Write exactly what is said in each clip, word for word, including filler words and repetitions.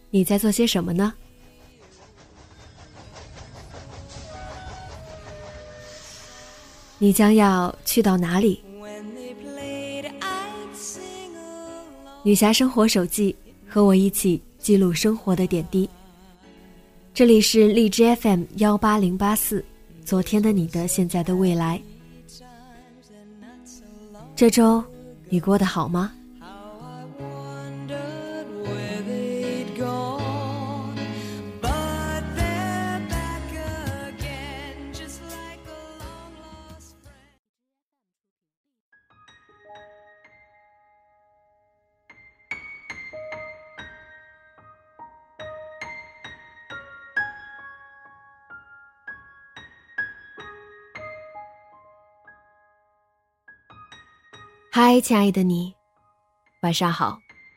你在做些什么呢？你将要去到哪里？女侠生活手记，和我一起记录生活的点滴。这里是荔枝 F M 一八零八四，昨天的你的现在的未来。这周你过得好吗？嗨，亲爱的你，晚上好。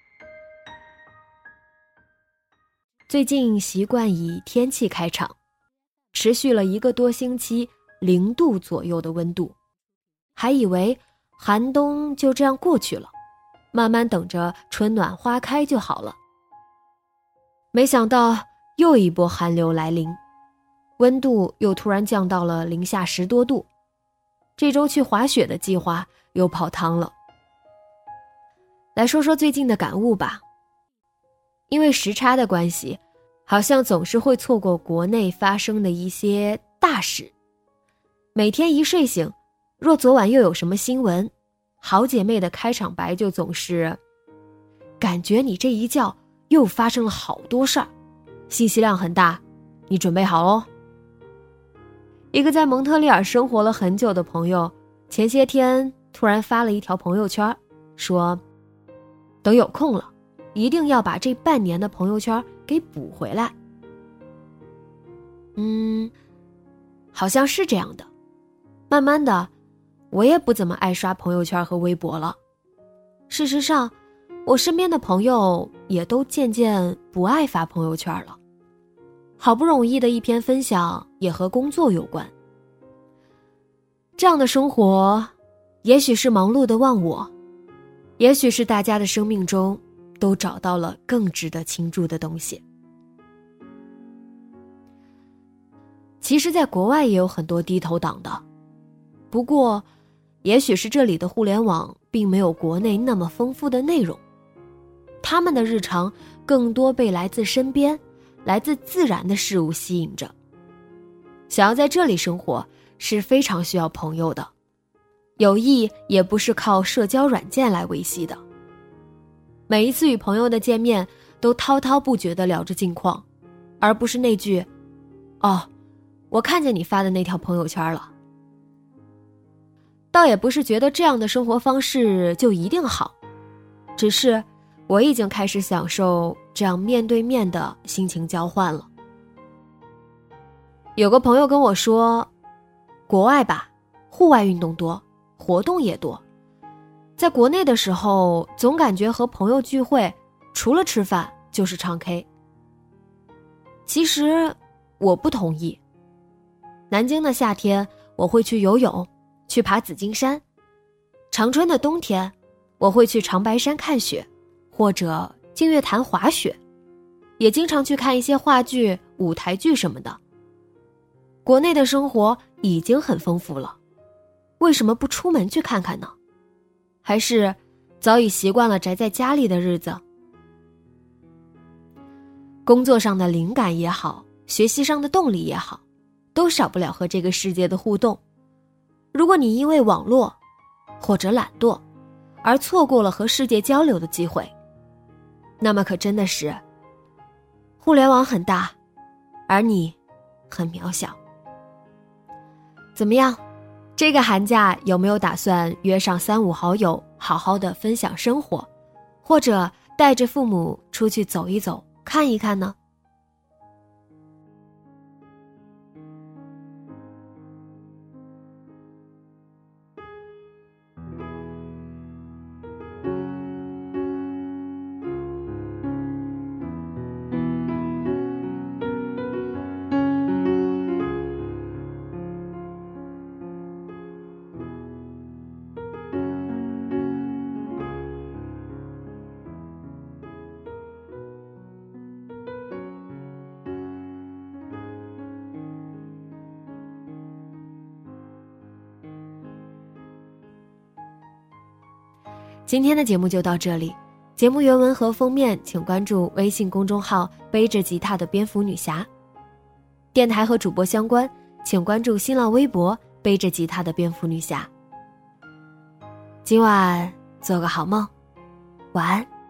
最近习惯以天气开场，持续了一个多星期，零度左右的温度，还以为寒冬就这样过去了，慢慢等着春暖花开就好了。没想到又一波寒流来临，温度又突然降到了零下十多度，这周去滑雪的计划又泡汤了。来说说最近的感悟吧。因为时差的关系，好像总是会错过国内发生的一些大事。每天一睡醒，若昨晚又有什么新闻，好姐妹的开场白就总是感觉你这一觉又发生了好多事儿，信息量很大，你准备好哦。一个在蒙特利尔生活了很久的朋友，前些天突然发了一条朋友圈，说等有空了，一定要把这半年的朋友圈给补回来。嗯，好像是这样的。慢慢的，我也不怎么爱刷朋友圈和微博了。事实上，我身边的朋友也都渐渐不爱发朋友圈了。好不容易的一篇分享也和工作有关。这样的生活，也许是忙碌的忘我，也许是大家的生命中都找到了更值得倾注的东西。其实在国外也有很多低头党的，不过也许是这里的互联网并没有国内那么丰富的内容，他们的日常更多被来自身边来自自然的事物吸引着。想要在这里生活是非常需要朋友的，友谊也不是靠社交软件来维系的。每一次与朋友的见面都滔滔不绝地聊着近况，而不是那句哦，我看见你发的那条朋友圈了。倒也不是觉得这样的生活方式就一定好，只是我已经开始享受这样面对面的心情交换了。有个朋友跟我说，国外吧，户外运动多，活动也多。在国内的时候，总感觉和朋友聚会，除了吃饭就是唱 K。其实我不同意。南京的夏天，我会去游泳，去爬紫金山；长春的冬天，我会去长白山看雪，或者净月潭滑雪，也经常去看一些话剧、舞台剧什么的。国内的生活已经很丰富了，为什么不出门去看看呢？还是早已习惯了宅在家里的日子？工作上的灵感也好，学习上的动力也好，都少不了和这个世界的互动。如果你因为网络或者懒惰而错过了和世界交流的机会，那么可真的是互联网很大，而你很渺小。怎么样，这个寒假有没有打算约上三五好友好好的分享生活，或者带着父母出去走一走看一看呢？ 今天的节目就到这里，节目原文和封面请关注微信公众号背着吉他的蝙蝠女侠，电台和主播相关请关注新浪微博背着吉他的蝙蝠女侠。今晚做个好梦，晚安。